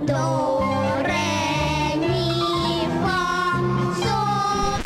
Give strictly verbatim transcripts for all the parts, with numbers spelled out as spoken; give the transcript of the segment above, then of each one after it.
до, ре, ми, фа,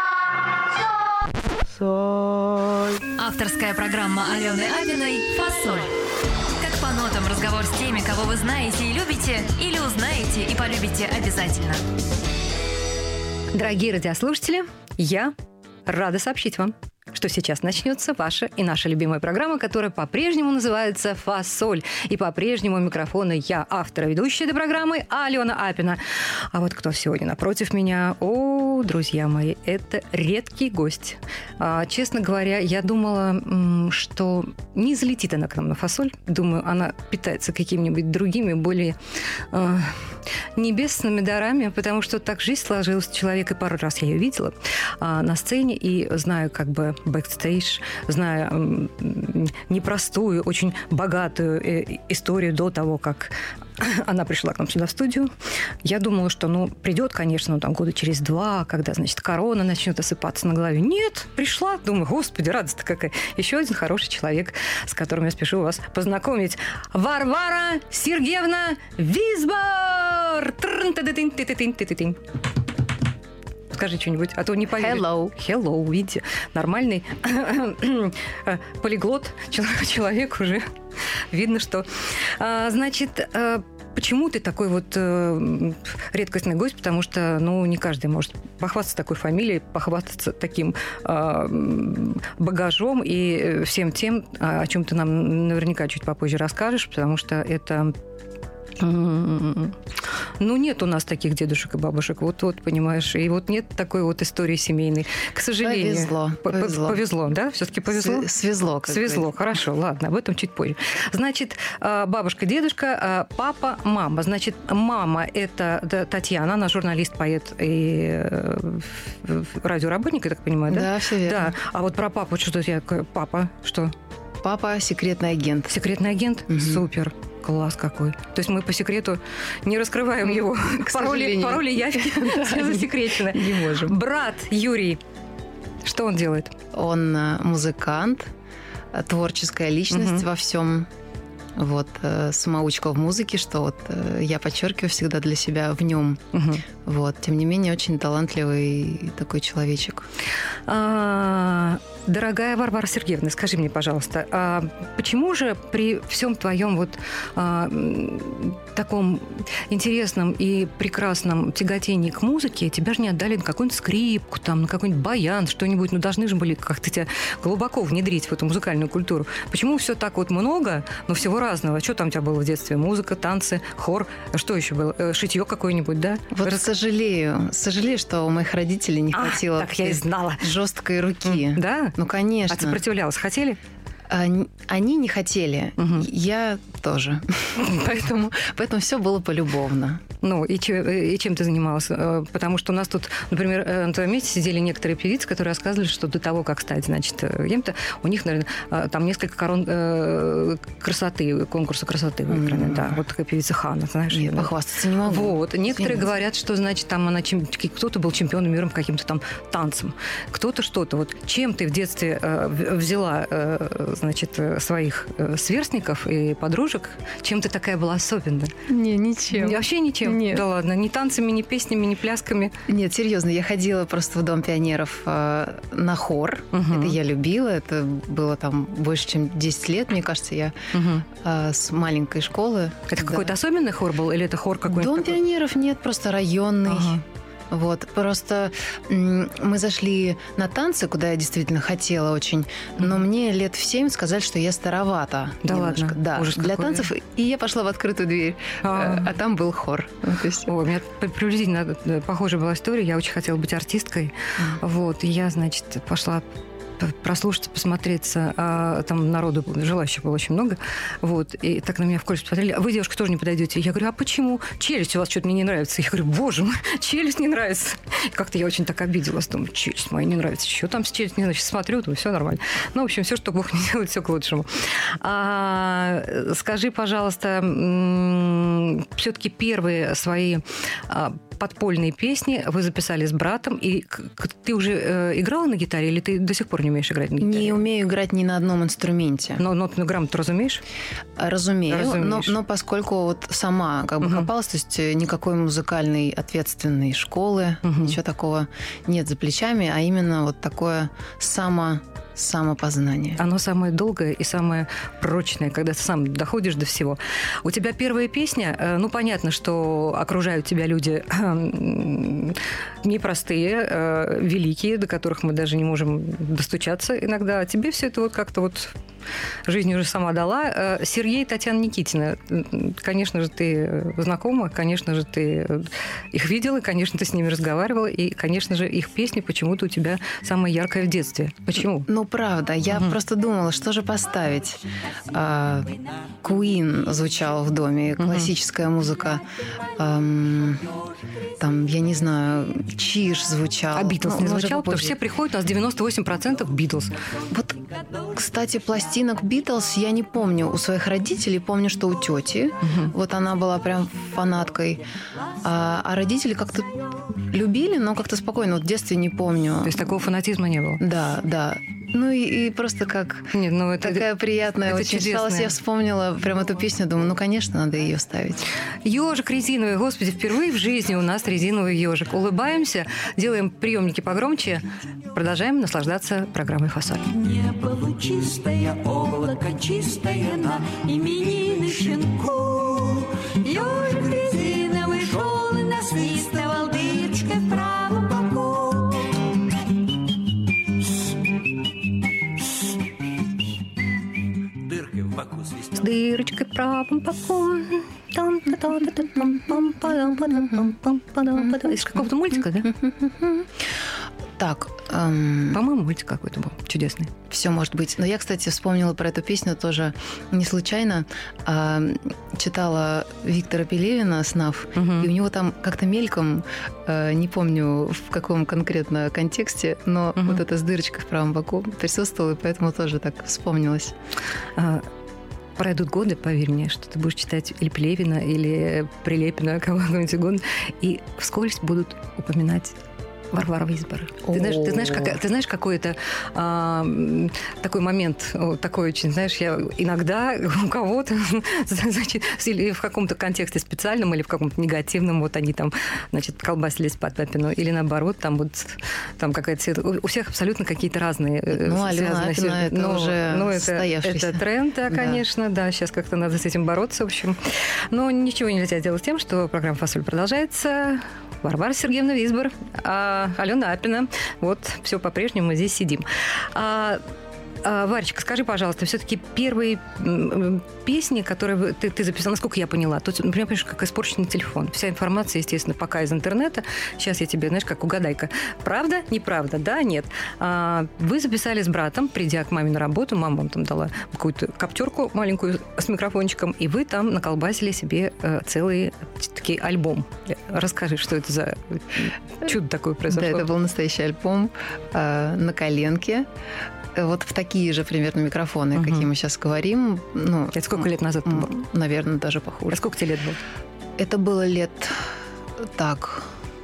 соль, соль. Авторская программа Алены Апиной «Фасоль». Как по нотам разговор с теми, кого вы знаете и любите, или узнаете и полюбите обязательно. Дорогие радиослушатели, я рада сообщить вам, что сейчас начнется ваша и наша любимая программа, которая по-прежнему называется «Фасоль». И по-прежнему у микрофона я, автор и ведущая этой программы, Алена Апина. А вот кто сегодня напротив меня? О, друзья мои, это редкий гость. А, честно говоря, я думала, что не залетит она к нам на «Фасоль». Думаю, она питается какими-нибудь другими, более э, небесными дарами, потому что так жизнь сложилась. Человек, и пару раз я ее видела а, на сцене, и знаю как бы бэкстейдж, знаю непростую, очень богатую историю до того, как она пришла к нам сюда в студию. Я думала, что, ну, придет, конечно, ну, там, года через два, когда, значит, корона начнет осыпаться на голове. Нет, пришла. Думаю, господи, радость-то какая. Еще один хороший человек, с которым я спешу вас познакомить. Варвара Сергеевна Висбор! Скажи что-нибудь, а то не поверю. Hello. Hello, видите, нормальный полиглот человек уже. Видно, что... Значит, почему ты такой вот редкостный гость? Потому что, ну, не каждый может похвастаться такой фамилией, похвастаться таким багажом и всем тем, о чем ты нам наверняка чуть попозже расскажешь, потому что это... Ну, нет у нас таких дедушек и бабушек. Вот-вот, понимаешь. И вот нет такой вот истории семейной. К сожалению. Повезло. Повезло, повезло да? Все-таки повезло? Свезло. Как Свезло, говорится. Хорошо. Ладно, об этом чуть позже. Значит, бабушка, дедушка, папа, мама. Значит, мама – это Татьяна, она журналист, поэт и радиоработник, я так понимаю, да? Да, все верно. Да. А вот про папу, что я... Папа, что? Папа – секретный агент. Секретный агент? Угу. Супер. Класс какой. То есть мы по секрету не раскрываем его. Пароли, пароли явки все засекречены. Не можем. Брат Юрий, что он делает? Он музыкант, творческая личность Угу. во всем. Вот, самоучка в музыке, что вот я подчеркиваю всегда для себя в нем. Угу. Вот, тем не менее, очень талантливый такой человечек. А, дорогая Варвара Сергеевна, скажи мне, пожалуйста, а почему же при всем твоем вот а, таком интересном и прекрасном тяготении к музыке тебя же не отдали на какую-нибудь скрипку, там, на какой-нибудь баян, что-нибудь, ну, должны же были как-то тебя глубоко внедрить в эту музыкальную культуру. Почему все так вот много, но всего разного? Что там у тебя было в детстве? Музыка, танцы, хор? Что еще было? Шитье какое-нибудь, да? Вот Рас... сожалею. Сожалею, что у моих родителей не хватило а, так я и знала. жесткой руки. Да? Ну, конечно. А сопротивлялась? Хотели? Они, они не хотели. Угу. Я тоже. поэтому, поэтому все было полюбовно. Ну, и, че, и чем ты занималась? Потому что у нас тут, например, на твоем месте сидели некоторые певицы, которые рассказывали, что до того, как стать, значит, кем-то, у них, наверное, там несколько корон э, красоты, конкурса красоты выиграны. Mm-hmm. Да, вот такая певица Хана, знаешь. Нет, похвастаться не могу. Вот. Некоторые Извините. говорят, что, значит, там она чем... кто-то был чемпионом мира по каким-то там танцам, кто-то что-то. Вот чем ты в детстве э, взяла, э, значит, своих сверстников и подружек, чем ты такая была особенная? Не, ничем. Вообще ничем? Нет. Да ладно, ни танцами, ни песнями, ни плясками? Нет, серьезно, я ходила просто в Дом пионеров э, на хор. Угу. Это я любила, это было там больше, чем десять лет, мне кажется, я угу. э, с маленькой школы. Это да. какой-то особенный хор был или это хор какой-то? Дом такой? пионеров нет, просто районный. Ага. Вот, просто мы зашли на танцы, куда я действительно хотела очень, но мне лет в семь сказали, что я старовата. Да немножко. ладно? Да, Ужас для какой. танцев. И я пошла в открытую дверь, а, а там был хор. То есть... Ой, у меня приблизительно похожая была история. Я очень хотела быть артисткой. Mm. Вот, и я, значит, пошла прослушаться, посмотреться, а там народу желающих было очень много, вот, и так на меня вкользь посмотрели, а вы, девушка, тоже не подойдете? Я говорю, а почему? Челюсть у вас что-то мне не нравится. Я говорю, боже мой, челюсть не нравится. И как-то я очень так обиделась, думаю, челюсть моя не нравится. Что там с челюстью? Не знаю, сейчас смотрю, думаю, все нормально. Ну, в общем, все, что Бог не делает, все к лучшему. А, скажи, пожалуйста, все-таки первые свои а, подпольные песни вы записали с братом, и к- ты уже э, играла на гитаре, или ты до сих пор не умеешь играть на гитаре? Не умею играть ни на одном инструменте. Но нотную грамоту разумеешь? Разумею, но, Разумеешь. но поскольку вот сама как бы Мгм. копалась, то есть никакой музыкальной ответственной школы, Мгм. ничего такого нет за плечами, а именно вот такое само, самопознание. Оно самое долгое и самое прочное, когда ты сам доходишь до всего. У тебя первая песня, э, ну, понятно, что окружают тебя люди э, непростые, э, великие, до которых мы даже не можем достучаться иногда. А тебе все это вот как-то вот жизнь уже сама дала. Э, Сергей и Татьяна Никитина. Конечно же, ты знакома, конечно же, ты их видела, конечно, ты с ними разговаривала, и, конечно же, их песни почему-то у тебя самая яркая в детстве. Почему? Ну, правда, я Мгм. просто думала, что же поставить. А, Queen звучал в доме, Мгм. классическая музыка. Ам, Там, я не знаю, Чиж звучал. А Битлз Ну, не может, звучал? Потому что попозже. все приходят, у нас девяносто восемь процентов Битлз. Вот, кстати, пластинок Битлз я не помню у своих родителей, помню, что у тети. Вот она была прям фанаткой. А, а родители как-то любили, но как-то спокойно. Вот в детстве не помню. То есть такого фанатизма не было? Да, да. Ну и, и просто как Нет, ну это... такая приятная это очень чудесная. осталась. Я вспомнила прям эту песню, думаю, ну, конечно, надо ее ставить. Ежик резиновый. Господи, впервые в жизни у нас резиновый ежик. Улыбаемся, делаем приемники погромче, продолжаем наслаждаться программой «Фасоль». Небо лучистое, облако чистое на именины щенку. Ёжик резиновый шел и насвистывал дырочкой в правом боку. Дыркой в боку свистел. С дырочкой в правом боку. Из какого-то мультика, да? Так, эм, По-моему, мультик какой-то был чудесный. все может быть. Но я, кстати, вспомнила про эту песню тоже не случайно. А, читала Виктора Пелевина «Снав», Мгм. и у него там как-то мельком, э, не помню в каком конкретно контексте, но Мгм. вот эта с дырочкой в правом боку присутствовала, и поэтому тоже так вспомнилось. А, Пройдут годы, поверь мне, что ты будешь читать или Пелевина, или Прилепина, кого-нибудь угодно, и вскользь будут упоминать Варвара Визбор. Ты знаешь, ты знаешь, как, ты знаешь какой это а, м, такой момент, вот такой очень, знаешь, я иногда у кого-то, значит, или в каком-то контексте специальном, или в каком-то негативном, вот они там, значит, колбасились под папину, или наоборот, там вот там какая-то... У у всех абсолютно какие-то разные э, Ну, Алена связанные Апина сюжеты. это Но- уже но это, состоявшийся. это тренд, да, Да. конечно, да, сейчас как-то надо с этим бороться, в общем. Но ничего нельзя делать с тем, что программа «Фасоль» продолжается. Варвара Сергеевна Визбор, а Алена Апина. Вот, все по-прежнему мы здесь сидим. А, а, Варечка, скажи, пожалуйста, все-таки первые м, песни, которые вы- ты, ты записала, насколько я поняла, тут, например, понимаешь, как испорченный телефон. Вся информация, естественно, пока из интернета. Сейчас я тебе, знаешь, как угадайка. Правда? Неправда? Да? Нет? А, вы записали с братом, придя к маме на работу, мама вам там дала какую-то коптерку маленькую с микрофончиком, и вы там наколбасили себе э, целый такой альбом. Расскажи, что это за чудо такое произошло. Да, это был настоящий альбом э, на коленке. Вот в такие же примерно микрофоны, Мгм. какие мы сейчас говорим. Ну, Это сколько лет назад было? Наверное, даже А похуже. сколько тебе лет было? Это было лет так.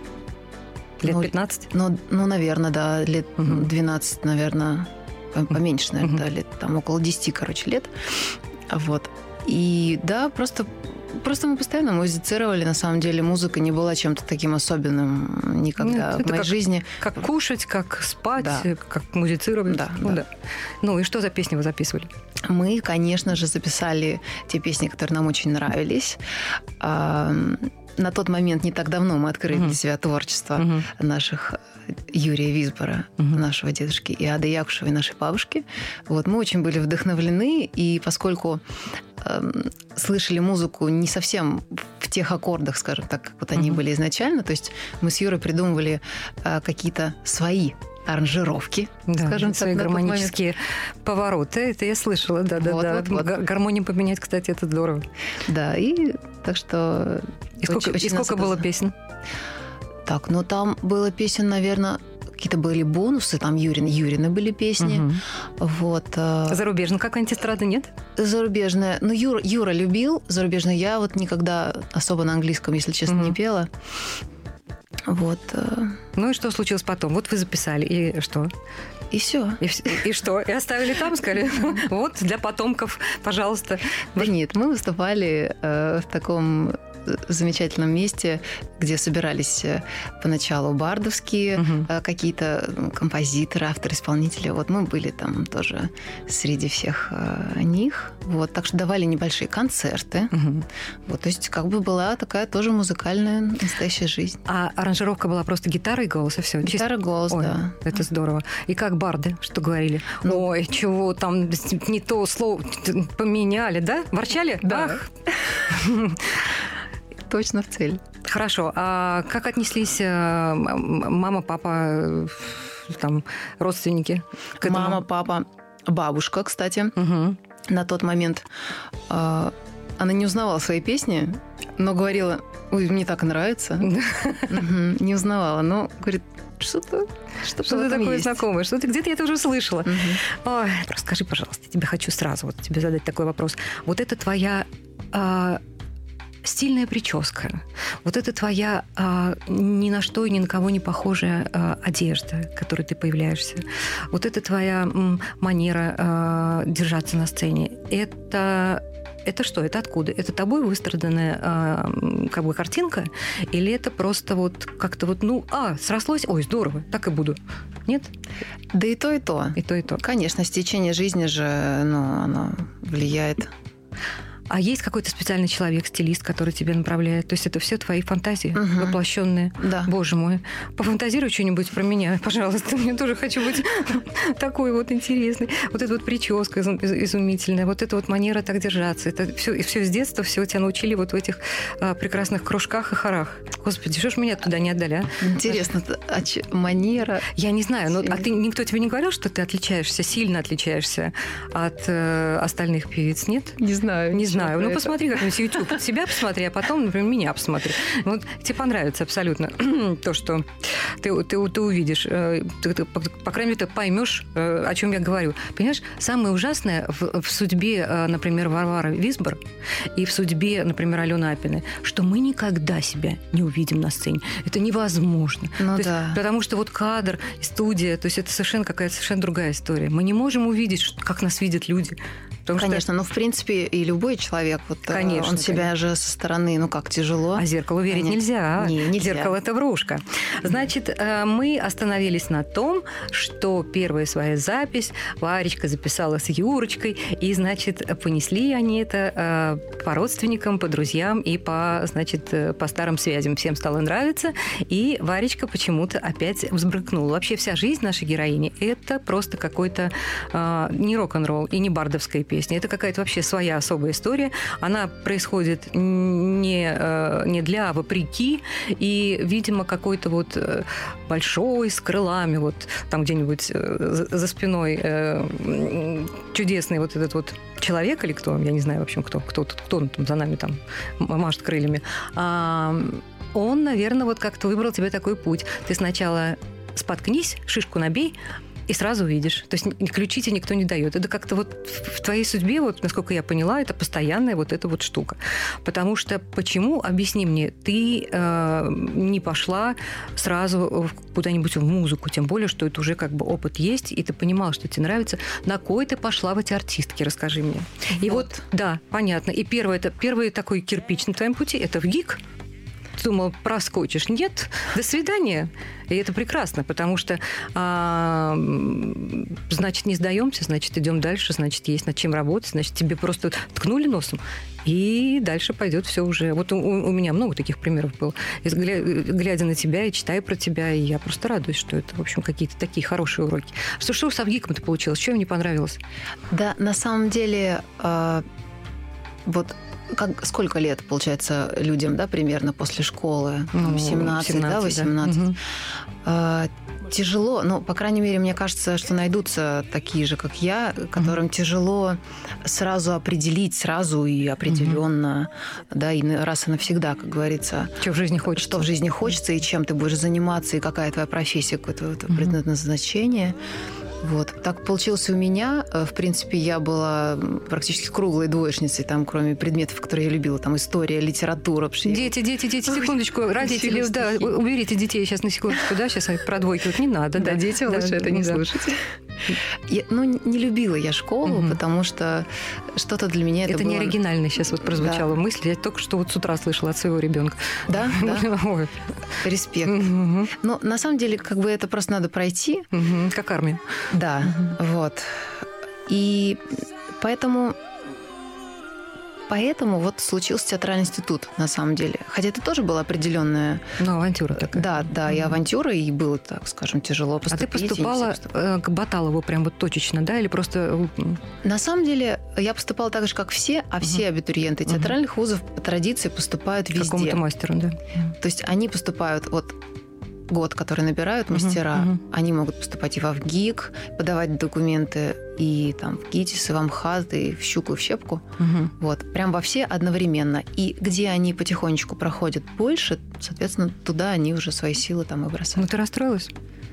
Лет ну, пятнадцать? Ну, ну, наверное, да, лет Мгм. двенадцать, наверное, по- поменьше, наверное, Мгм. да, лет там около десяти, короче, лет. Вот. И да, просто, просто мы постоянно музицировали. На самом деле музыка не была чем-то таким особенным никогда Нет, в это моей как- жизни. Как кушать, как спать, Да. как музицировать. Да, ну, да. да. Ну и что за песни вы записывали? Мы, конечно же, записали те песни, которые нам очень нравились. А, На тот момент, не так давно, мы открыли Мгм. для себя творчество Мгм. наших Юрия Визбора, Мгм. нашего дедушки, и Ады Якушевой, нашей бабушки. Вот, мы очень были вдохновлены, и поскольку эм, слышали музыку не совсем в тех аккордах, скажем так, как вот они Мгм. были изначально, то есть мы с Юрой придумывали э, какие-то свои аранжировки, Да, скажем свои так, на тот момент. гармонические повороты. Это я слышала, да-да-да. Вот, вот, вот. Га- Гармонию поменять, кстати, это здорово. Да, и так что... И сколько, очень- очень и сколько нас было это- песен? Так, ну там было песен, наверное, какие-то были бонусы, там Юрин, Юрины были песни. Мгм. Вот. э, Зарубежно какая-нибудь эстрада нет? зарубежное. Ну, Юра, Юра любил зарубежное. Я вот никогда особо на английском, если честно, Мгм. не пела. Вот. э, Ну и что случилось потом? Вот вы записали, и что? И все. И, вс- и что? И оставили там, сказали, вот, для потомков, пожалуйста. Да нет, мы выступали э, в таком э, замечательном месте, где собирались э, поначалу бардовские Мгм. э, какие-то м, композиторы, авторы, исполнители. Вот мы были там тоже среди всех э, них. Вот, так что давали небольшие концерты. Мгм. Вот, то есть как бы была такая тоже музыкальная настоящая жизнь. А аранжировка была просто гитара и голос, и все. Гитара, голос, Ой, да. это здорово. И как барды, что говорили? Ну. Ой, чего там не то слово поменяли, да? Ворчали? Да. Ах. Точно в цель. Хорошо. А как отнеслись э, м- мама, папа, э, там, родственники к этому? Мама, папа, бабушка, кстати, Мгм. на тот момент э, она не узнавала свои песни, но говорила: ой, мне так нравится. Мгм, не узнавала, но говорит, что-то что-то в Что-то этом такое есть. знакомое, что-то где-то я это уже слышала. Мгм. Ой, расскажи, пожалуйста, я тебе хочу сразу вот тебе задать такой вопрос. Вот это твоя а, стильная прическа, вот это твоя а, ни на что и ни на кого не похожая а, одежда, в которой ты появляешься, вот это твоя м, манера а, держаться на сцене, это... Это что? Это откуда? Это тобой выстраданная а, м, как бы картинка? Или это просто вот как-то вот, ну, а, срослось? Ой, здорово, так и буду. Нет? Да и то, и то. И то, и то. Конечно, стечение жизни же, ну, оно влияет. А есть какой-то специальный человек, стилист, который тебя направляет? То есть это все твои фантазии Мгм. воплощенные? Да. Боже мой. Пофантазируй что-нибудь про меня, пожалуйста. Мне тоже хочу быть такой вот интересной. Вот эта вот прическа изум- из- изумительная, вот эта вот манера так держаться. Это все, и все с детства, все тебя научили вот в этих а, прекрасных кружках и хорах. Господи, что ж меня туда не отдали, а? Интересно, а че- манера... Я не знаю, но, а Сильно. ты, никто тебе не говорил, что ты отличаешься, сильно отличаешься от э, остальных певиц, нет? Не знаю. Не ничего знаю. про Ну, это. посмотри как-нибудь YouTube. Себя посмотри, а потом, например, меня посмотри. Вот тебе понравится абсолютно то, что ты, ты, ты увидишь. Э, Ты, ты, по, по крайней мере, ты поймешь, э, о чем я говорю. Понимаешь, самое ужасное в, в судьбе, э, например, Варвары Висбор и в судьбе, например, Алены Апиной, что мы никогда себя не увидим на сцене. Это невозможно. Ну То есть, да. потому что вот кадр, и студия, то есть это совершенно какая-то совершенно другая история. Мы не можем увидеть, что- как нас видят люди. Потому что- Конечно, ну, в принципе, и любой человек, вот, э, Конечно, он себя же со стороны, ну, как тяжело. А зеркалу верить Понять. нельзя. Не, нельзя. Зеркало – это врушка. Значит, э, мы остановились на том, что первая своя запись Варечка записала с Юрочкой, и, значит, понесли они это э, по родственникам, по друзьям и по, значит, э, по старым связям. Всем стало нравиться, и Варечка почему-то опять взбрыкнула. Вообще вся жизнь нашей героини – это просто какой-то э, не рок-н-ролл и не бардовская песня. Это какая-то вообще своя особая история. Она происходит не, э, не для, а вопреки. И, видимо, какой-то вот э, большой, с крылами, вот там где-нибудь э, за за спиной э, м, чудесный вот этот вот человек или кто, я не знаю, в общем, кто, кто, тут- кто он там за нами там м- машет крыльями. А, он, наверное, вот как-то выбрал тебе такой путь. Ты сначала споткнись, шишку набей, и сразу увидишь. То есть ни- ключи тебе никто не дает. Это как-то вот в в твоей судьбе, вот, насколько я поняла, это постоянная вот эта вот штука. Потому что почему, объясни мне, ты э, не пошла сразу в- куда-нибудь в музыку, тем более, что это уже как бы опыт есть, и ты понимала, что тебе нравится. На кой ты пошла в эти артистки, расскажи мне. И вот, Вот. да, понятно. И первый, это, первый такой кирпич на твоем пути – это в ГИК. Думал, проскочишь. Нет, до свидания. И это прекрасно, потому что, а, м, значит, не сдаемся, значит, идем дальше, значит, есть над чем работать, значит, тебе просто ткнули носом, и дальше пойдет все уже. Вот у, у меня много таких примеров было. И гля- глядя на тебя и читая про тебя, и я просто радуюсь, что это, в общем, какие-то такие хорошие уроки. Что, что с Авгиком-то получилось? Что им не понравилось? Да, на самом деле, э, вот как, сколько лет, получается, людям, да, примерно после школы? Ну, семнадцать, да, да. восемнадцать. Мгм. Э, тяжело, ну, по крайней мере, мне кажется, что найдутся такие же, как я, которым тяжело сразу определить, сразу и определенно, да, и на- раз и навсегда, как говорится, Что в жизни хочется? что в жизни хочется, и чем ты будешь заниматься, и какая твоя профессия, какое твое Мгм. предназначение. Вот. Так получилось у меня. В принципе, я была практически круглой двоечницей, там, кроме предметов, которые я любила, там, история, литература. Вообще. Дети, дети, дети, секундочку. Родители, да, уберите детей сейчас на секундочку, да, сейчас про двойки вот не надо. Да, дети, лучше это не слушайте. Я, ну, не любила я школу, угу. потому что что-то для меня это, это было... не оригинально сейчас вот прозвучала да. мысль. Я только что вот с утра слышала от своего ребенка. Да, да. Ой. Респект. Угу. Но на самом деле, как бы это просто надо пройти. Угу. Как армия. Да, угу. вот. И поэтому... Поэтому вот случился театральный институт, на самом деле. Хотя это тоже была определенная... Ну, авантюра такая. Да, да, и авантюра, и было, так скажем, тяжело поступить. А ты поступала к Баталову прям вот точечно, да, или просто... На самом деле, я поступала так же, как все, а все uh-huh. абитуриенты театральных uh-huh. вузов по традиции поступают везде. К какому-то мастеру, да. То есть они поступают... вот год, который набирают мастера, uh-huh, uh-huh. они могут поступать и в ВГИК, подавать документы и там в ГИТИС, и в АМХАТ, и в Щуку, и в Щепку. Uh-huh. Вот. Прям во все одновременно. И где они потихонечку проходят больше, соответственно, туда они уже свои силы там и бросают. Ну, ты расстроилась?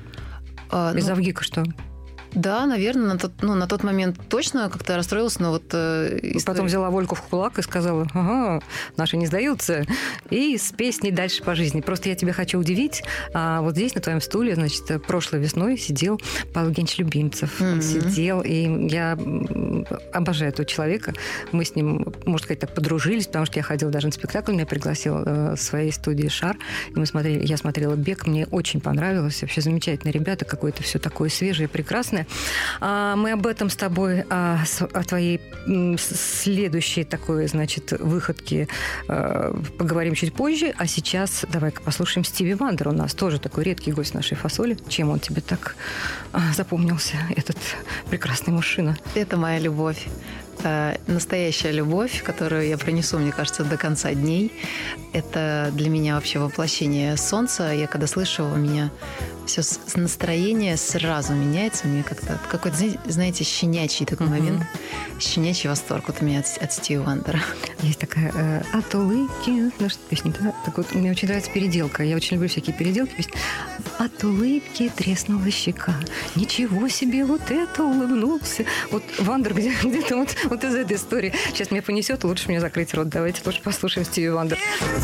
А, Из-за ну... ВГИКа что? Да, наверное, на тот, ну, на тот момент точно как-то расстроилась, но вот... Э, история... Потом взяла Вольку в кулак и сказала, ага, наши не сдаются, и с песней дальше по жизни. Просто я тебя хочу удивить. А вот здесь, на твоем стуле, значит, прошлой весной сидел Павел Евгеньевич Любимцев. Mm-hmm. Он сидел, и я обожаю этого человека. Мы с ним, можно сказать, так подружились, потому что я ходила даже на спектакль, меня пригласил в своей студии «Шар», и мы смотрели, я смотрела «Бег», мне очень понравилось. Вообще замечательные ребята, какое-то все такое свежее, прекрасное. Мы об этом с тобой, о твоей следующей такой, значит, выходке поговорим чуть позже. А сейчас давай-ка послушаем Стиви Вандер. У нас тоже такой редкий гость нашей фасоли. Чем он тебе так запомнился, этот прекрасный мужчина? Это моя любовь. Настоящая любовь, которую я пронесу, мне кажется, до конца дней. Это для меня вообще воплощение солнца. Я когда слышу его, у меня все настроение сразу меняется. Мне как-то какой-то, знаете, щенячий такой uh-huh. момент. Щенячий восторг вот у меня от, от Стиви Вандера. Есть такая э, «От улыбки». Ну, что песня, да? Так вот, мне очень нравится переделка. Я очень люблю всякие переделки. Песни. От улыбки треснула щека. Ничего себе, вот это улыбнулся. Вот Вандер где- где-то вот, вот из этой истории. Сейчас меня понесет, лучше мне закрыть рот. Давайте лучше послушаем Стиви Вандер.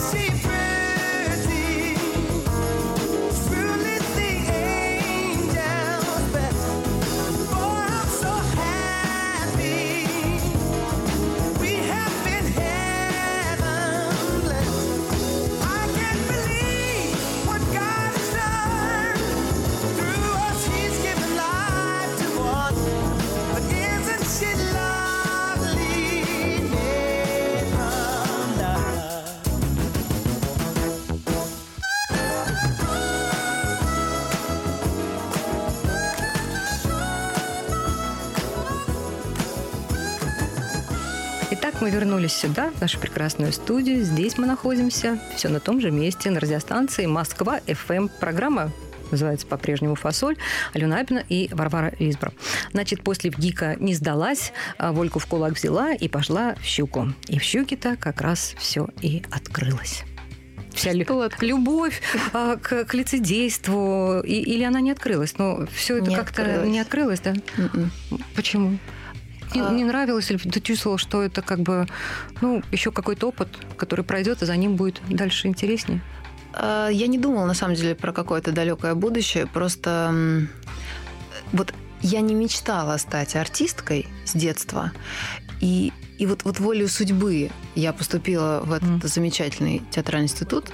Итак, мы вернулись сюда, в нашу прекрасную студию. Здесь мы находимся, все на том же месте, на радиостанции Москва эф эм. Программа называется по-прежнему «Фасоль». Алена Апина и Варвара Визбор. Значит, после ВГИКа не сдалась, а Вольку в кулак взяла и пошла в Щуку. И в Щуке-то как раз все и открылось. Вся лю- любовь а, к, к лицедейству. И, или она не открылась? Но все это не как-то открылось. не открылось, да? Mm-mm. Почему? Не, А... не нравилось, или ты чувствовала, что это как бы, ну, еще какой-то опыт, который пройдет, и за ним будет дальше интереснее? Я не думала, на самом деле, про какое-то далекое будущее. Просто вот я не мечтала стать артисткой с детства. И, и вот, вот волею судьбы я поступила в этот mm. замечательный театральный институт.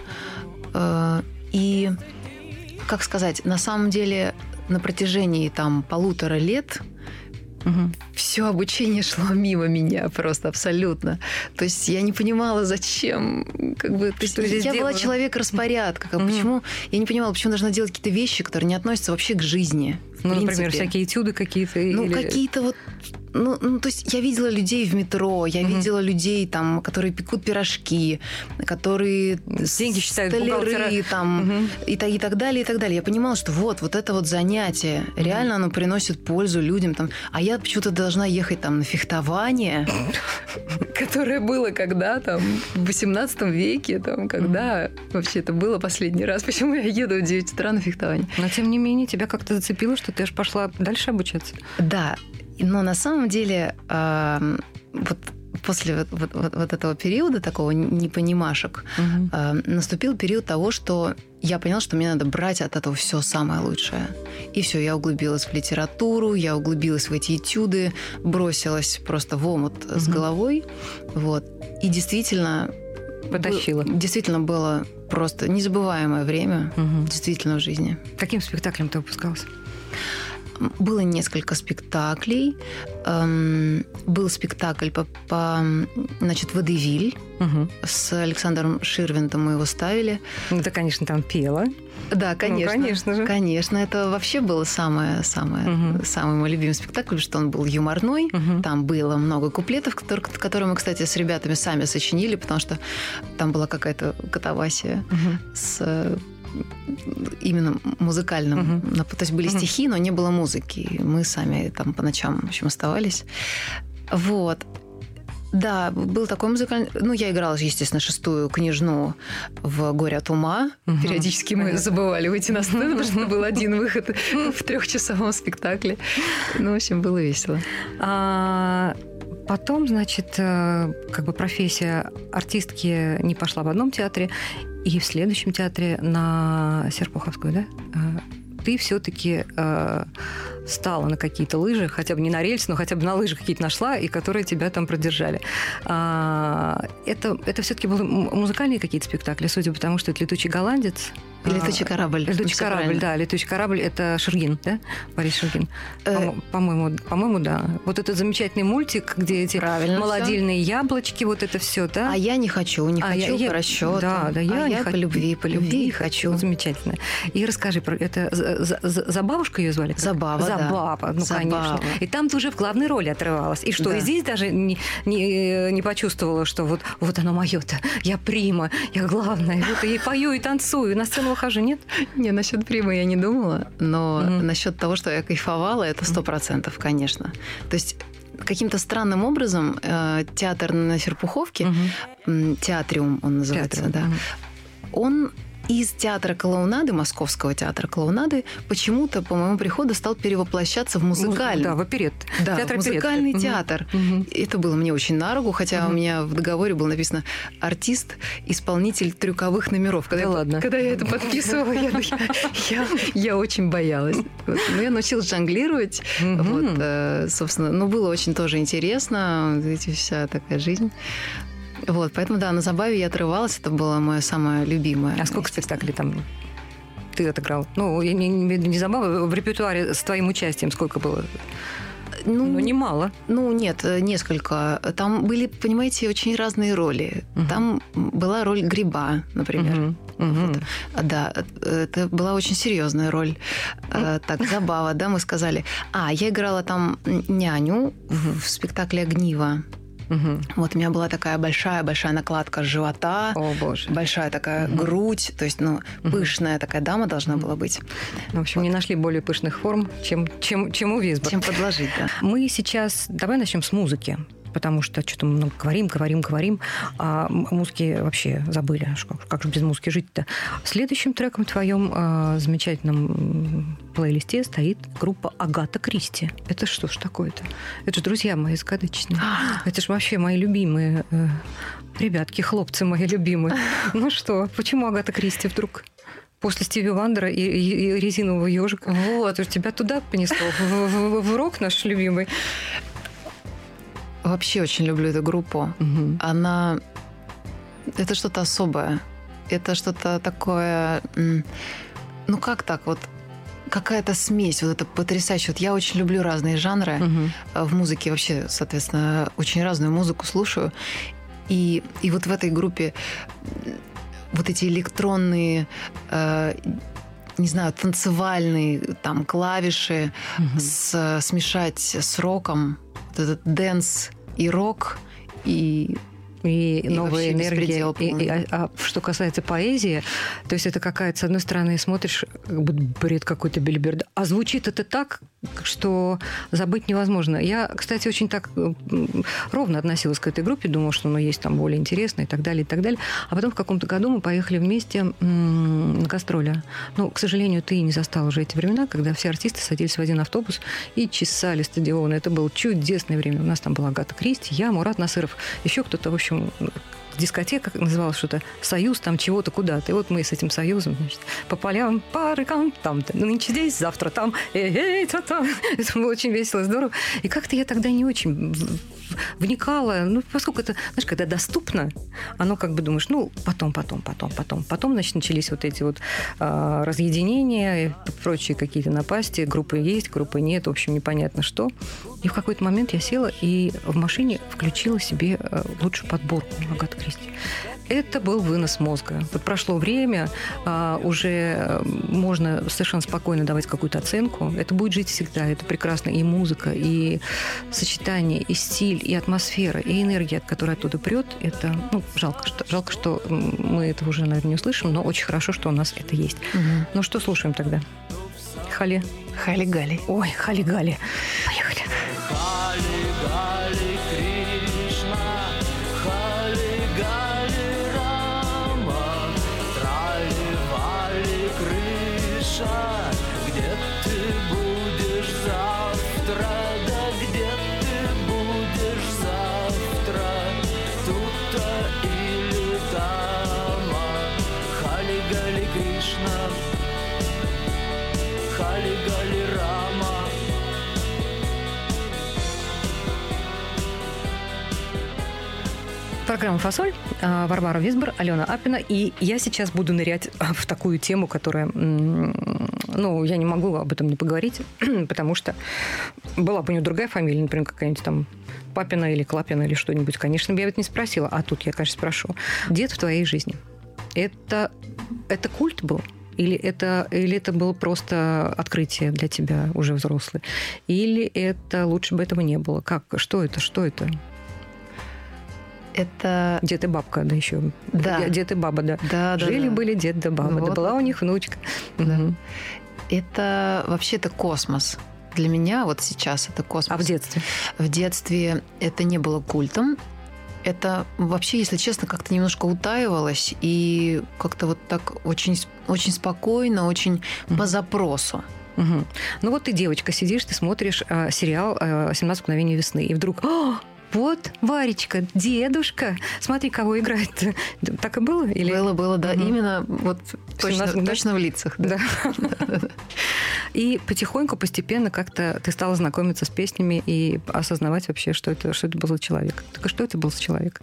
И, как сказать, на самом деле на протяжении там полутора лет Угу. все обучение шло мимо меня просто абсолютно. То есть я не понимала, зачем. Как бы, то есть я делала? была человек распорядка. Как, угу. Почему я не понимала, почему должна делать какие-то вещи, которые не относятся вообще к жизни. Ну, например, всякие этюды какие-то. Ну, или... какие-то вот. Ну, ну, то есть я видела людей в метро, я угу. видела людей, там, которые пекут пирожки, которые деньги считают, столяры, там, угу. и, и так далее, и так далее. Я понимала, что вот, вот это вот занятие, угу. реально оно приносит пользу людям. Там, а я почему-то должна ехать там на фехтование, которое было когда там в восемнадцатом веке, там, когда вообще это было последний раз. Почему я еду в девять утра на фехтование? Но, тем не менее, тебя как-то зацепило, что что ты аж пошла дальше обучаться. Да, но на самом деле э, вот после вот, вот, вот, вот этого периода, такого непонимашек, Угу. э, наступил период того, что я поняла, что мне надо брать от этого все самое лучшее. И все, я углубилась в литературу, я углубилась в эти этюды, бросилась просто в омут с Мгм. головой. Вот. И действительно... Потащила. бы- Действительно было просто незабываемое время, Мгм. действительно, в жизни. Каким спектаклем ты выпускался? Было несколько спектаклей. Эм, был спектакль по, по значит, «Водевиль» Угу. с Александром Ширвиндом, мы его ставили. Ну, ты, конечно, там пела. Да, конечно. Ну, конечно же. Конечно, это вообще был самое, самое, Мгм. самый мой любимый спектакль, потому что он был юморной. Мгм. Там было много куплетов, которые, которые мы, кстати, с ребятами сами сочинили, потому что там была какая-то катавасия Мгм. с э, именно музыкальным. Мгм. На- То есть были Мгм. стихи, но не было музыки. И мы сами там по ночам, в общем, оставались. Вот. Да, был такой музыкальный... Ну, я играла, естественно, шестую княжну в «Горе от ума». Мгм. Периодически мы Понятно. забывали выйти на сцену, потому что был один выход в трехчасовом спектакле. Ну, в общем, было весело. А потом, значит, э, как бы профессия артистки не пошла в одном театре, и в следующем театре на Серпуховскую, да? э, Ты все-таки встала на какие-то лыжи, хотя бы не на рельс, но хотя бы на лыжи какие-то нашла, и которые тебя там продержали. А, Это, это все-таки были м- музыкальные какие-то спектакли, судя по тому, что это «Летучий голландец». «Летучий корабль». Летучий Всё корабль, правильно. да, летучий корабль это Шульгин, да? Борис Шульгин. Э, По- По-моему, по-моему, да. Вот этот замечательный мультик, где эти Правильно молодильные яблочки, вот это все, да? А я не хочу, не А хочу я- я- по расчету. Да, да, я, а не я хочу. по любви, по любви хочу. Замечательно. И расскажи про это. За- за- за- Забавушка ее звали? как? Забава, да. Забава, ну, Забава. конечно. И там ты уже в главной роли отрывалась. И что, Да. и здесь даже не, не, не почувствовала, что вот, вот оно мое-то, я прима, я главная, вот и пою, и танцую, и на сцену выхожу, нет? Не, насчет примы я не думала, но Мгм. насчет того, что я кайфовала, это сто процентов, конечно. То есть каким-то странным образом э, театр на Серпуховке, Мгм. м, театриум он называется, Театр. да, Мгм. он из театра клоунады, Московского театра клоунады, почему-то по моему приходу стал перевоплощаться в музыкальный. Да, в оперет. Да, Театр оперетты. музыкальный Мгм. театр. Мгм. Это было мне очень на руку, хотя Мгм. у меня в договоре было написано «артист, исполнитель трюковых номеров». Когда, Да я, ладно. когда я это подписывала, я, я, я очень боялась. Вот. Но я научилась жонглировать. Мгм. Вот, э, собственно, ну, было очень тоже интересно, вот эти вся такая жизнь. Вот, поэтому, да, на забаве я отрывалась, это было мое самое любимое. А сколько спектаклей там ты отыграл? Ну, я не, не, имею в виду не забава, в репертуаре с твоим участием сколько было? Ну, Ну, немало. Ну, нет, э, несколько. Там были, понимаете, очень разные роли. Мгм. Там была роль гриба, например. Мгм. Мгм. Вот. А, Да, это была очень серьезная роль. Э, Так, забава, да, мы сказали. А, я играла там няню в в спектакле «Огниво». Мгм. Вот у меня была такая большая-большая накладка живота, О, боже. большая такая Мгм. грудь, то есть, ну, Мгм. пышная такая дама должна Мгм. была быть. В общем, не нашли более пышных форм, чем, чем, чем у Висбор. Чем подложить, да. Мы сейчас... Давай начнем с музыки. Потому что что-то мы много говорим, говорим, говорим, а м- музыки вообще забыли. Аж Как, как же без музыки жить-то? Следующим треком в твоем э, замечательном м, плейлисте стоит группа Агата Кристи. Это что ж такое-то? Это же друзья мои закадычные. Это же вообще мои любимые э, ребятки, хлопцы мои любимые. Ну что, почему Агата Кристи вдруг? После Стиви Вандера и, и- и резинового ежика. Вот, уж тебя туда понесло, в, в- в рок наш любимый. Вообще очень люблю эту группу. Мгм. Она... Это что-то особое. Это что-то такое... м, Ну, как так вот? Какая-то смесь, вот это потрясающе. Вот я очень люблю разные жанры Мгм. э, в музыке. Вообще, соответственно, очень разную музыку слушаю. И, и вот в этой группе м, вот эти электронные, э, не знаю, танцевальные там клавиши Мгм. с, смешать с роком, вот этот дэнс и рок, и и, И новая вообще энергия. беспредел И, и- полный. а, а что касается поэзии, то есть это какая-то, с одной стороны, смотришь, как будто бред какой-то бельберд, а звучит это так, что забыть невозможно. Я, кстати, очень так м, ровно относилась к этой группе, думала, что ну, есть там более интересное и так далее, и так далее. А потом в каком-то году мы поехали вместе м, на гастроли. Ну, к сожалению, ты не застал уже эти времена, когда все артисты садились в один автобус и чесали стадионы. Это было чудесное время. У нас там была Агата Кристи, я, Мурат Насыров, еще кто-то, в общем, дискотека называлась что-то, союз там чего-то куда-то. И вот мы с этим союзом, значит, по полям, по рекам, там-то, нынче здесь, завтра там, эй, та-та. Это было очень весело, здорово. И как-то я тогда не очень в- вникала, ну, поскольку это, знаешь, когда доступно, оно как бы думаешь, ну, потом, потом, потом, потом. Потом, значит, начались вот эти вот а, разъединения и прочие какие-то напасти. Группы есть, группы нет, в общем, непонятно что. И в какой-то момент я села и в машине включила себе э, лучшую подборку Агаты Кристи. Это был вынос мозга. Вот прошло время, а, уже э, можно совершенно спокойно давать какую-то оценку. Это будет жить всегда. Это прекрасно. И музыка, и сочетание, и стиль, и атмосфера, и энергия, которая оттуда прет. Это, ну, жалко, что, жалко, что м, мы этого уже, наверное, не услышим, но очень хорошо, что у нас это есть. Мгм. Ну, что слушаем тогда? Хали. Хали-гали. Ой, хали-гали. Поехали. Программа «Фасоль», а, Варвара Висбор, Алена Апина. И я сейчас буду нырять в такую тему, которая... м, Ну, я не могу об этом не поговорить, потому что была бы у нее другая фамилия, например, какая-нибудь там Папина или Клапина или что-нибудь. Конечно, я бы это не спросила. А тут я, конечно, спрошу. Дед в твоей жизни. Это, это культ был? Или это, или это было просто открытие для тебя уже взрослый? Или это лучше бы этого не было? Как? Что это? Что это? Это... Дед и бабка, да, еще. Да. Дед и баба, да. Да, да, Жили-были дед да баба. Да Вот. была у них внучка. Да. Мгм. Это вообще-то космос. Для меня вот сейчас это космос. А в детстве? В детстве это не было культом. Это вообще, если честно, как-то немножко утаивалось и как-то вот так очень, очень спокойно, очень Мгм. по запросу. Мгм. Ну вот ты, девочка, сидишь, ты смотришь э, сериал э, «семнадцать мгновений весны», и вдруг... «О, вот, Варечка, дедушка, смотри, кого играет». Так и было? Или... Было, было, да, Мгм. именно вот точно, семнадцать, да? точно в лицах. Да. Да. И потихоньку, постепенно как-то ты стала знакомиться с песнями и осознавать вообще, что это, что это был за человек. Так и что это был за человек?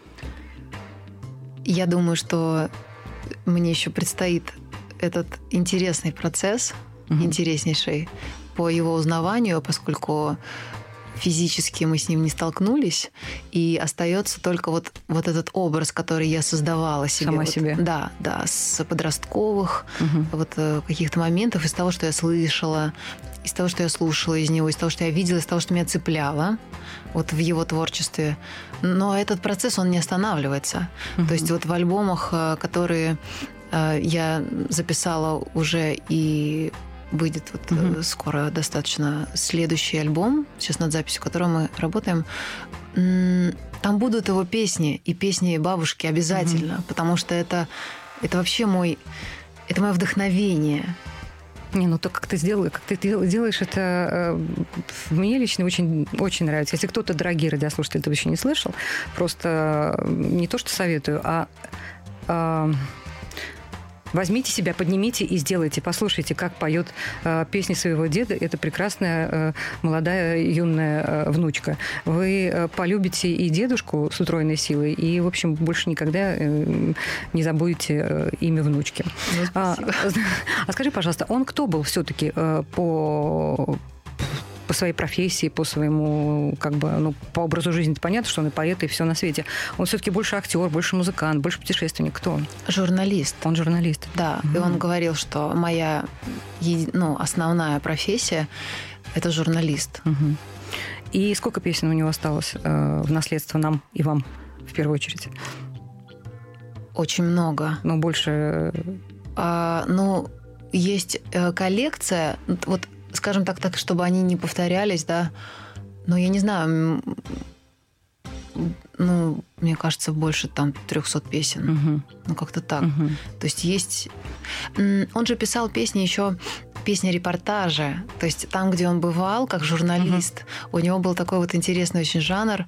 Я думаю, что мне еще предстоит этот интересный процесс, Мгм. интереснейший по его узнаванию, поскольку физически мы с ним не столкнулись, и остается только вот, вот этот образ, который я создавала себе. Сама Вот, себе. Да, да, с подростковых Мгм. вот э, каких-то моментов, из того, что я слышала, из того, что я слушала из него, из того, что я видела, из того, что меня цепляло вот в его творчестве. Но этот процесс, он не останавливается. Мгм. То есть вот в альбомах, э, которые э, я записала уже и выйдет вот э, Мгм. скоро достаточно следующий альбом, сейчас над записью которого мы работаем, м, там будут его песни и песни бабушки обязательно, потому что это, это вообще мой, это мое вдохновение. Не, ну то, как ты сделала, как ты дел- делаешь, это э, мне лично очень, очень нравится. Если кто-то, дорогие радиослушатели, этого еще не слышал, просто э, не то, что советую, а э, возьмите себя, поднимите и сделайте. Послушайте, как поет э, песни своего деда. Это прекрасная э, молодая юная э, внучка. Вы э, полюбите и дедушку с утроенной силой, и, в общем, больше никогда э, не забудете э, имя внучки. Ну, А, спасибо. а скажи, пожалуйста, он кто был все-таки э, по по своей профессии, по своему, как бы, ну, по образу жизни? Понятно, что он и поэт, и все на свете. Он все-таки больше актер, больше музыкант, больше путешественник. Кто он? Журналист. Он журналист. Да, и он говорил, что моя еди- ну, основная профессия – это журналист. Мгм. И сколько песен у него осталось э, в наследство нам и вам? в первую очередь? Очень много. Но больше... А, ну, есть э, коллекция, вот, скажем так, так, чтобы они не повторялись, да, но я не знаю, м, ну, мне кажется, больше там трехсот песен. Угу. Ну, как-то так. Угу. То есть есть... м, Он же писал песни еще песни-репортажи. То есть там, где он бывал, как журналист, у него был такой вот интересный очень жанр.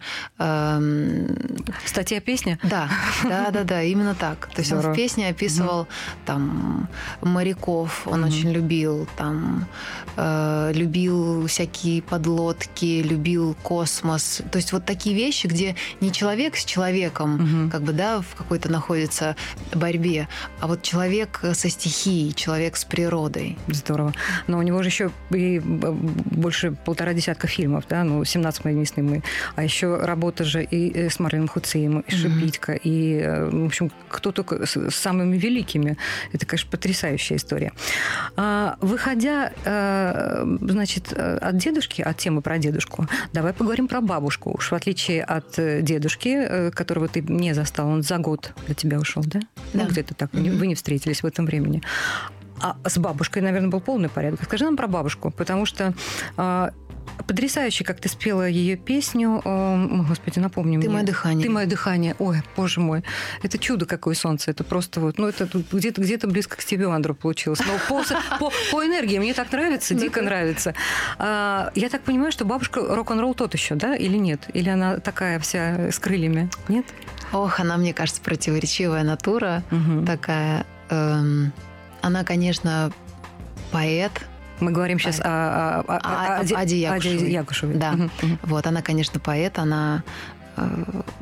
эм, Статья, песня? Да, да, да, да, именно так. То есть он Здорово. в песне описывал там моряков, он Мгм. очень любил, там э, любил всякие подлодки, любил космос. То есть вот такие вещи, где не человек с человеком, Мгм. как бы, да, в какой-то находится борьбе, а вот человек со стихией, человек с природой. Здорово. Но у него же еще и б- больше полтора десятка фильмов, да, ну, семнадцать мы не снимы. А еще работа же и с Марлен Хуцием, и Шипитько, и, э, в общем, кто только с с самыми великими. Это, конечно, потрясающая история. А, выходя, э, значит, э, от дедушки, от темы про дедушку, давай поговорим про бабушку. Уж в отличие от э, дедушки, э, которого ты не застал, он за год для тебя ушел, да? Да. Ну, где-то так. Вы не- Вы не встретились в этом времени. А с бабушкой, наверное, был полный порядок. Скажи нам про бабушку, потому что а, потрясающе, как ты спела ее песню. А, о, Господи, напомни Ты мне. мое дыхание. Ты мое дыхание. Ой, боже мой. Это чудо, какое солнце. Это просто вот, ну, это тут где-то, где-то близко к Стиве Вандеру получилось. Но по, по, по энергии мне так нравится, дико нравится. А, я так понимаю, что бабушка рок-н-ролл тот еще, да, или нет? Или она такая вся с крыльями? Нет? Ох, она, мне кажется, противоречивая натура Мгм. такая. эм, Она, конечно, поэт. Мы говорим сейчас о, о, о, А- о- об о- Аде о- Аде Якушевой. Якушевой. Да. Мгм, мгм. Вот, она, конечно, поэт, она, э,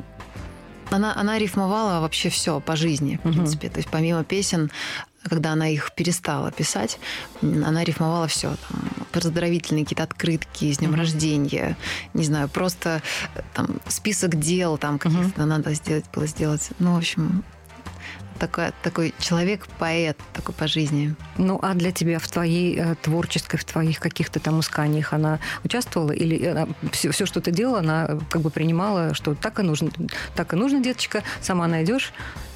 она, она рифмовала вообще все по жизни, в Мгм. принципе. То есть помимо песен, когда она их перестала писать, м, она рифмовала все. Поздравительные какие-то открытки с днем Мгм. рождения, не знаю, просто э, там список дел там каких-то надо сделать, было сделать. Ну, в общем, такой, такой человек-поэт такой по жизни. Ну, а для тебя в твоей э, творческой, в твоих каких-то там исканиях она участвовала? Или все, все, что ты делала, она э, как бы принимала, что так и нужно, так и нужно, деточка, сама найдешь,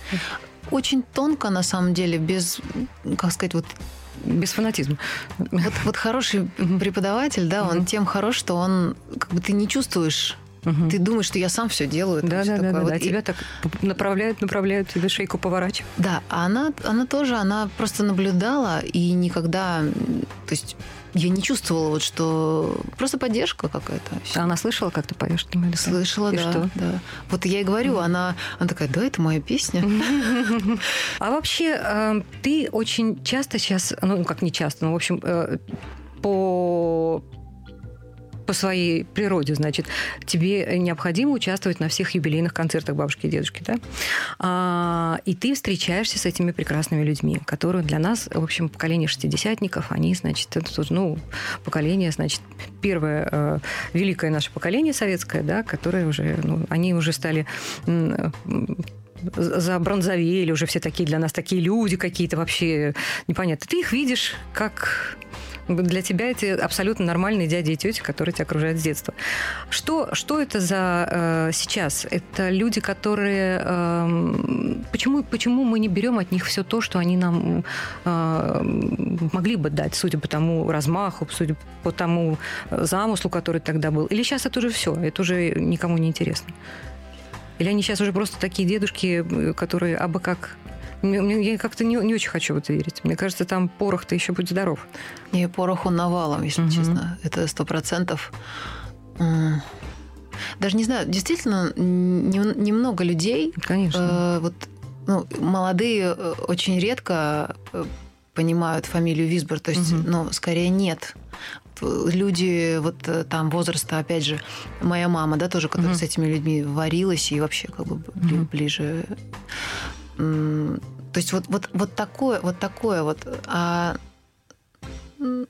Очень тонко, на самом деле, без, как сказать, вот без фанатизма. Вот, вот хороший преподаватель, да, он Мгм. тем хорош, что он как бы ты не чувствуешь, Мгм. ты думаешь, что я сам все делаю. там Да, всё да, да, такое. да, Вот да. и- Тебя так направляют, направляют, тебе шейку поворачивают. Да, а она, она тоже, она просто наблюдала и никогда, м, то есть я не чувствовала вот, что просто поддержка какая-то. А она слышала, как ты поешь? Ты моя дыхание? Слышала, И да, что? да. Вот я и говорю, она, она такая, да, это моя песня. А вообще, э, ты очень часто сейчас, ну, как не часто, ну, в общем, э, по по своей природе, значит, тебе необходимо участвовать на всех юбилейных концертах бабушки и дедушки, да? А, и ты встречаешься с этими прекрасными людьми, которые для нас, в общем, поколение шестидесятников, они, значит, это, тоже, ну, поколение, значит, первое э, великое наше поколение советское, да, которое уже, ну, они уже стали м, забронзовели, уже все такие для нас такие люди какие-то вообще непонятно. Ты их видишь как... Для тебя эти абсолютно нормальные дяди и тети, которые тебя окружают с детства. Что, что это за э, сейчас? Это люди, которые... Э, почему, почему мы не берем от них все то, что они нам э, могли бы дать, судя по тому размаху, судя по тому замыслу, который тогда был? Или сейчас это уже все, это уже никому не интересно? Или они сейчас уже просто такие дедушки, которые абы как... Я как-то не, не очень хочу в это верить. Мне кажется, там порох-то еще будь здоров. И пороху навалом, если Мгм. честно. Это сто процентов. М. Даже не знаю, действительно, не- немного людей, Конечно. э, вот, ну, молодые э, очень редко э, понимают фамилию Висбор, то есть, Мгм. ну, скорее нет. Люди вот э, там возраста, опять же, моя мама, да, тоже, которая Мгм. с этими людьми варилась и вообще как бы бли- Мгм. ближе. М, То есть вот, вот, вот такое, вот такое вот. А, м,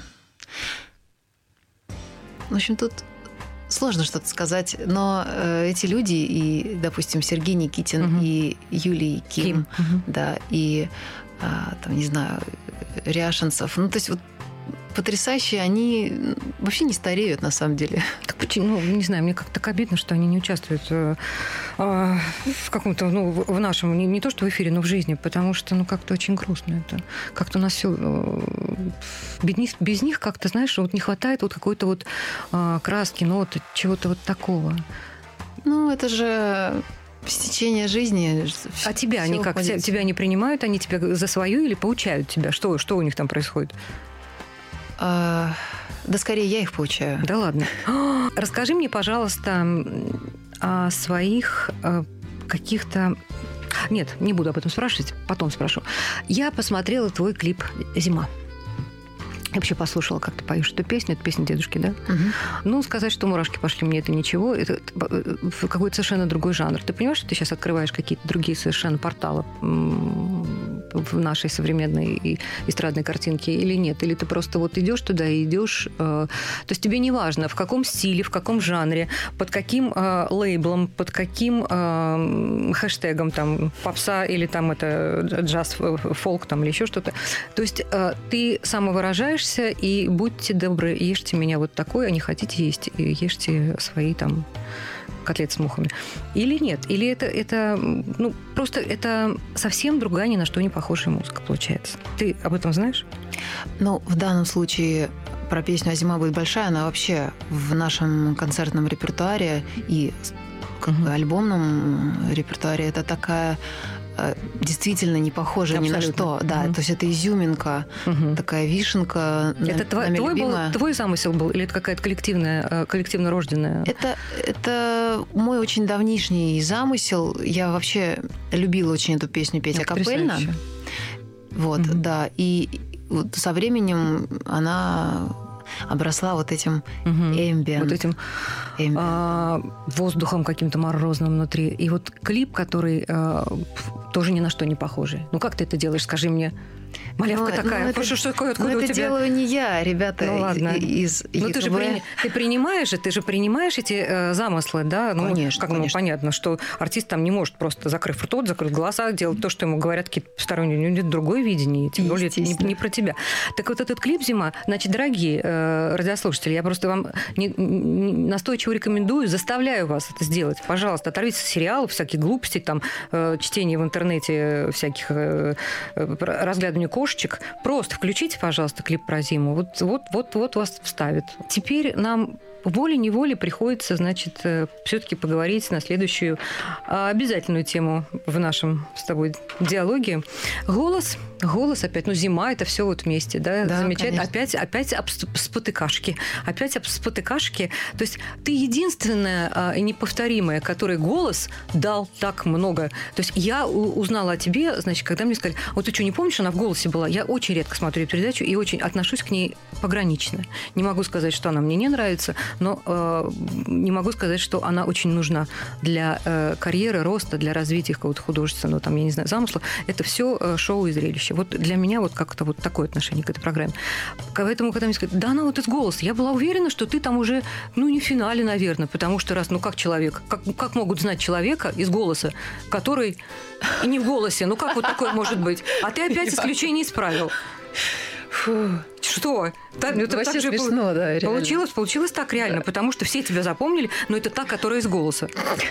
в общем, тут сложно что-то сказать, но э, эти люди, и, допустим, Сергей Никитин, Мгм. и Юлий Ким, Ким. Мгм. да, и, а, там, не знаю, Ряшенцев, ну, то есть вот потрясающие, они вообще не стареют, на самом деле. Так почему? очень, ну, не знаю, мне как-то так обидно, что они не участвуют э, э, в каком-то, ну, в, в нашем, не, не то что в эфире, но в жизни, потому что, ну, как-то очень грустно это. Как-то у нас все... Э, без, них, без них как-то, знаешь, вот не хватает вот какой-то вот э, краски, ноты, чего-то вот такого. Ну, это же стечение жизни. А тебя они как? Уходит. Тебя не принимают? Они тебя за свою или поучают тебя? Что, что у них там происходит? А, да скорее я их поучаю. Да ладно. Расскажи мне, пожалуйста, о своих э, каких-то... Нет, не буду об этом спрашивать, потом спрошу. Я посмотрела твой клип «Зима». Я вообще послушала, как ты поешь эту песню. Это песня дедушки, да? Угу. Ну, сказать, что мурашки пошли, мне это ничего. Это какой-то совершенно другой жанр. Ты понимаешь, что ты сейчас открываешь какие-то другие совершенно порталы в нашей современной эстрадной картинке или нет? Или ты просто вот идешь туда и идешь... То есть тебе не важно, в каком стиле, в каком жанре, под каким лейблом, под каким хэштегом, там, попса или там это джаз, фолк там, или еще что-то. То есть ты самовыражаешь и будьте добры, ешьте меня вот такой, а не хотите есть, ешьте свои там котлеты с мухами. Или нет? Или это, это ну, просто это совсем другая, ни на что не похожая музыка получается. Ты об этом знаешь? Ну, в данном случае про песню «А зима будет большая», она вообще в нашем концертном репертуаре и как бы альбомном репертуаре это такая... действительно не похожа ни на что. Да, угу. То есть это изюминка, угу. такая вишенка. Это твой, твой, был, твой замысел был или это какая-то коллективная, коллективно рожденная? Это, это мой очень давнишний замысел. Я вообще любила очень эту песню петь акапельно. Вот, угу. да. И вот со временем она... обросла вот этим эмбиент. Вот этим а, воздухом каким-то морозным внутри. И вот клип, который а, тоже ни на что не похожий. Ну, как ты это делаешь, скажи мне? Малявка ну, такая. Ну, это, что, что, откуда ну, у это тебя? делаю не я, ребята. Ну, ладно. Из, ну, ты же при... ты принимаешь же, ты же принимаешь эти э, замыслы, да? Ну, конечно, как конечно. Ну, понятно, что артист там не может просто, закрыв рот, закрыть глаза, делать то, что ему говорят какие-то посторонние. У него другое видение. Тем более это не, не про тебя. Так вот этот клип «Зима», значит, дорогие э, радиослушатели, я просто вам не, не, настойчиво рекомендую, заставляю вас это сделать. Пожалуйста, оторвитесь от сериалов, всяких глупостей, там, э, чтения в интернете, всяких э, э, разглядывания кошечек. Просто включите, пожалуйста, клип про зиму. Вот, вот, вот, вот вас вставит. Теперь нам волей-неволей приходится, значит, все-таки поговорить на следующую обязательную тему в нашем с тобой диалоге. Голос. Голос опять. Ну, зима, это все вот вместе, да? Да, замечательно. конечно. Опять, опять об спотыкашки. Опять об спотыкашки. То есть ты единственная и неповторимая, которой голос дал так много. То есть я узнала о тебе, значит, когда мне сказали, вот ты что, не помнишь, она в «Голосе» была? Я очень редко смотрю эту передачу и очень отношусь к ней погранично. Не могу сказать, что она мне не нравится, но э, не могу сказать, что она очень нужна для э, карьеры, роста, для развития какого-то художественного, там, я не знаю, замысла. Это все э, шоу и зрелище. Вот для меня вот как-то вот такое отношение к этой программе. Поэтому, когда мне сказали, да она вот из «Голоса», я была уверена, что ты там уже, ну, не в финале, наверное, потому что раз, ну, как человек, как, как могут знать человека из «Голоса», который и не в «Голосе», ну, как вот такое может быть? А ты опять исключение исправил. Фу. Что? Так, ну, это вообще так же смешно, да, реально. Получилось, получилось так реально, потому что все тебя запомнили, но это та, которая из «Голоса».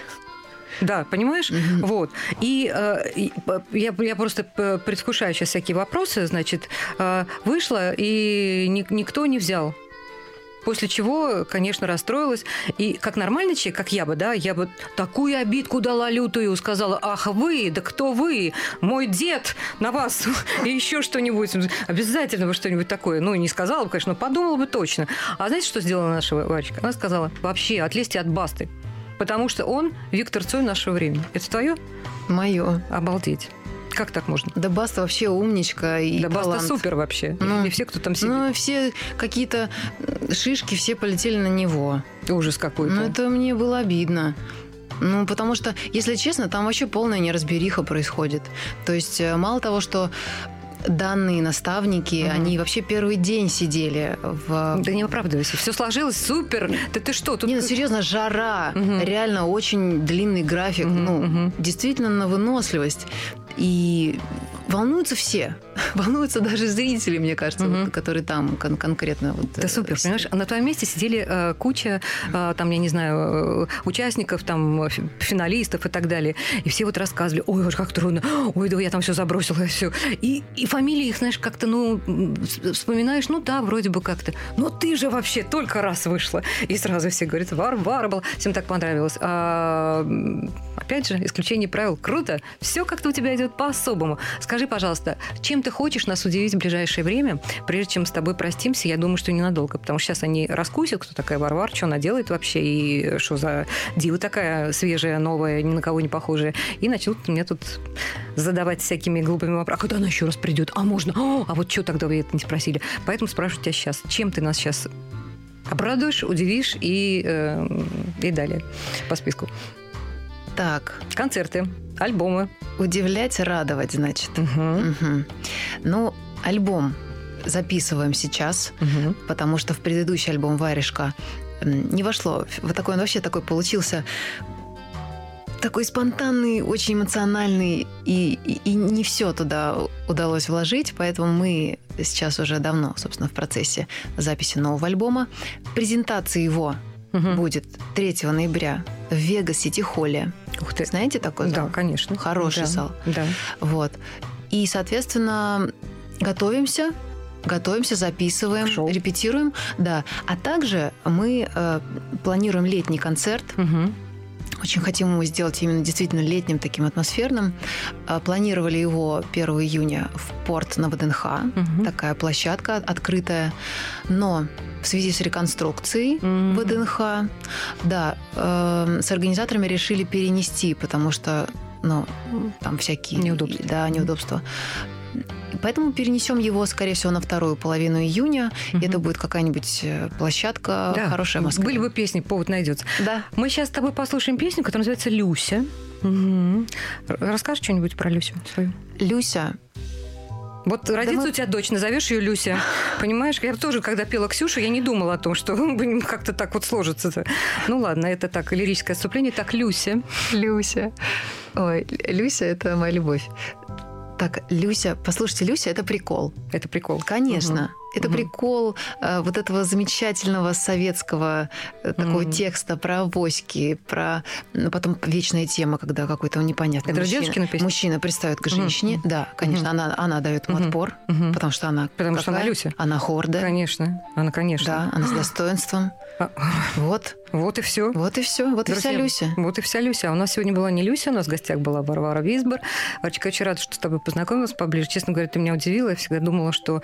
Да, понимаешь? Mm-hmm. Вот. И э, я, я просто предвкушаю сейчас всякие вопросы. Значит, э, вышла, и ни, никто не взял. После чего, конечно, расстроилась. И как нормальный человек, как я бы, да, я бы такую обидку дала лютую, сказала, ах вы, да кто вы? Мой дед на вас. И еще что-нибудь. Обязательно бы что-нибудь такое. Ну, не сказала бы, конечно, но подумала бы точно. А знаете, что сделала наша Варечка? Она сказала, вообще, отлезьте от Басты. Потому что он Виктор Цой нашего времени. Это твое? Мое. Обалдеть. Как так можно? Да Баста вообще умничка и Да талант. Баста супер вообще. Ну, и все, кто там сидит. Ну, все какие-то шишки, все полетели на него. Ужас какой-то. Ну, это мне было обидно. Ну, потому что, если честно, там вообще полная неразбериха происходит. То есть, мало того, что данные наставники, угу. они вообще первый день сидели в... Да не оправдывайся. Все сложилось супер. Да ты что? Тут... Не, ну серьезно, жара. Угу. Реально очень длинный график. Угу, ну, угу. Действительно на выносливость. И волнуются все. волнуются даже зрители, мне кажется, Мгм. вот, которые там кон- конкретно. Вот, Да э, супер, с- понимаешь? А на твоем месте сидели э, куча, э, там, я не знаю, э, участников, там, фи- финалистов и так далее. И все вот рассказывали, ой, как трудно, ой, да я там все забросила, и все. И, и фамилии их, знаешь, как-то, ну, м, с- вспоминаешь, ну да, вроде бы как-то. Но ты же вообще только раз вышла. И сразу все говорят, Варвара была. Всем так понравилось. А, м, опять же, исключение правил. Круто. Все как-то у тебя идет по-особому. Скажи, пожалуйста, чем ты хочешь нас удивить в ближайшее время, прежде чем с тобой простимся? Я думаю, что ненадолго, потому что сейчас они раскусят, кто такая Варвара, что она делает вообще, и что за дива такая свежая, новая, ни на кого не похожая. И начнут мне тут задавать всякими глупыми вопросами. А когда она еще раз придет? А можно? О, а вот что тогда вы это не спросили? Поэтому спрашиваю тебя сейчас, чем ты нас сейчас обрадуешь, удивишь и, э, и далее по списку. Так, Концерты, альбомы. удивлять, радовать, значит. Мгм. Мгм. Ну, альбом записываем сейчас, Мгм. потому что в предыдущий альбом «Варежка» м, не вошло. Вот такой он вообще такой получился такой спонтанный, очень эмоциональный, и, и, и не все туда удалось вложить, поэтому мы сейчас уже давно, собственно, в процессе записи нового альбома. Презентация его Мгм. будет третьего ноября в Вегас Сити-холле. Ух ты. Знаете такой Да, зал? конечно. Хороший Да, зал. Да. Вот. И, соответственно, готовимся, готовимся, записываем, К шоу. репетируем. Да. А также мы э, планируем летний концерт. Мгм. Очень хотим его сделать именно действительно летним, таким атмосферным. Э, Планировали его первого июня в порт на ВДНХ. Мгм. Такая площадка открытая. Но в связи с реконструкцией Мгм. ВДНХ, да, э, с организаторами решили перенести, потому что, ну, там всякие... Неудобства. Да, неудобства. Поэтому перенесем его, скорее всего, на вторую половину июня. Мгм. И это будет какая-нибудь э, площадка Да. хорошая в Москве. Были бы песни, повод найдется. Да. Мы сейчас с тобой послушаем песню, которая называется «Люся». Мгм. Р- Расскажешь что-нибудь про Люсю свою? Люся. Вот родится мы- у тебя дочь, назовешь ее Люся. Понимаешь, я тоже, когда пела Ксюшу, я не думала о том, что блин, как-то так вот сложится. Ну ладно, это так, лирическое отступление. Так, Люся. Люся. Ой, Люся – это моя любовь. Так, Люся, послушайте, Люся – это прикол. Это прикол. Конечно. Мгм. Это Мгм. прикол э, вот этого замечательного советского э, такого Мгм. текста про авоськи, про... Ну, потом вечная тема, когда какой-то непонятный Это мужчина, Родионочкина песня? мужчина пристает к женщине. Мгм. Да, конечно, Мгм. она, она дает ему Мгм. отпор, Мгм. потому что она Потому что она какая? Люся. Она гордая. Конечно. Она, конечно. Да, она с достоинством. А, Вот, Вот и все. вот и все, вот и вся Люся. Вот и вся Люся. А у нас сегодня была не Люся, у нас в гостях была Варвара Висбор. Варечка, очень рада, что с тобой познакомилась поближе. Честно говоря, ты меня удивила. Я всегда думала, что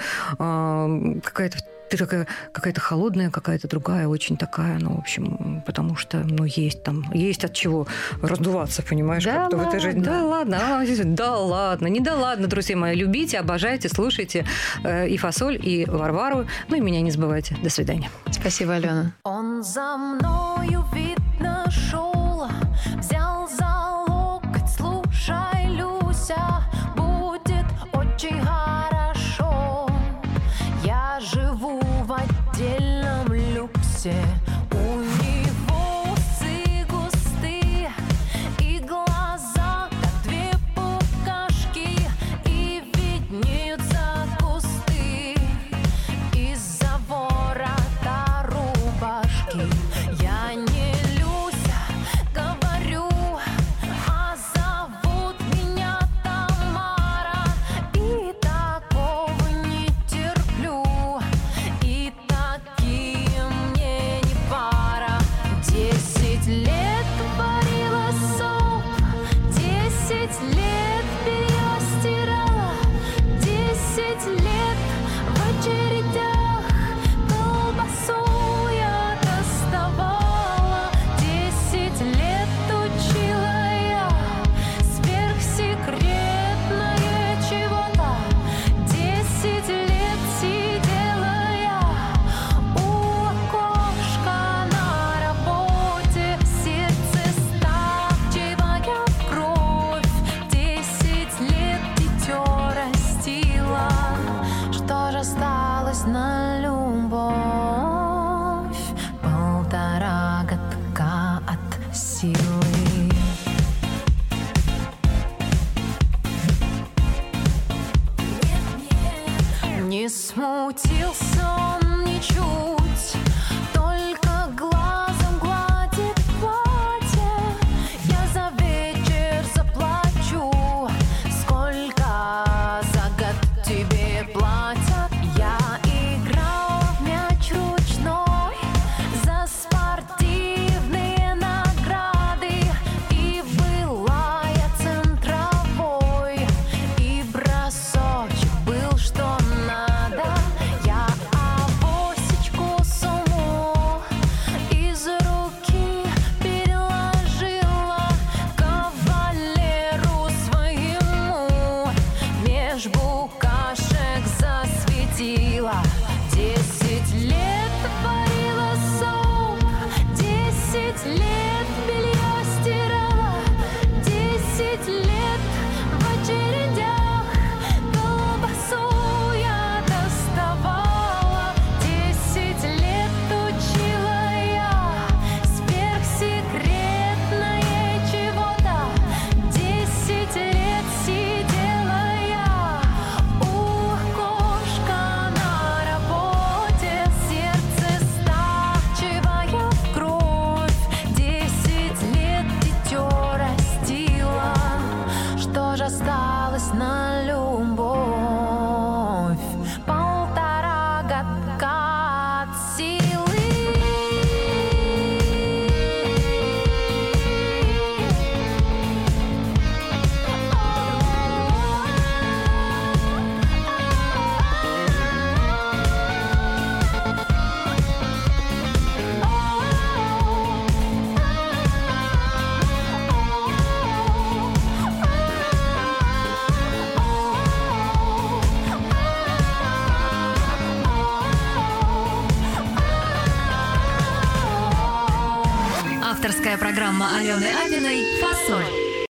э, какая-то ты такая какая-то холодная, какая-то другая, очень такая, ну, в общем, потому что, ну, есть там, есть от чего раздуваться, понимаешь? Да как-то в этой жизни. ладно. Да ладно, а, здесь, да ладно, не да ладно, друзья мои, любите, обожайте, слушайте э, и Фасоль, и Варвару, ну и меня не забывайте. До свидания. Спасибо, Алена. Он за мною, видно, шел, взял за локоть, слушай, Люся, будет очень хорошо. Я живу в отдельном люксе, у него усы густые и глаза, как две букашки, и виднеются кусты из-за ворота рубашки. Я не Люся, говорю, а зовут меня Тамара, и такого не терплю, и такие мне не смутился он ничуть, только глазом гладит платье. Я за вечер заплачу, сколько за год тебе платят. Я играл в мяч ручной за спортивные награды, и была я центровой, и бросочек был что надо. Я авосечку сумму из руки переложила кавалеру своему, меж букашек засветила. Десять лет варила суп, десять лет белье стирала, десять лет в очередях колбасу я доставала, десять лет учила я сверхсекретное чего-то, десять лет сидела я у окошка на работе, сердце стачивая в кровь, десять лет дитё растила. Что же осталось на любовь? Полтора годка от силы. Авторская программа Алены Апиной «Фасоль».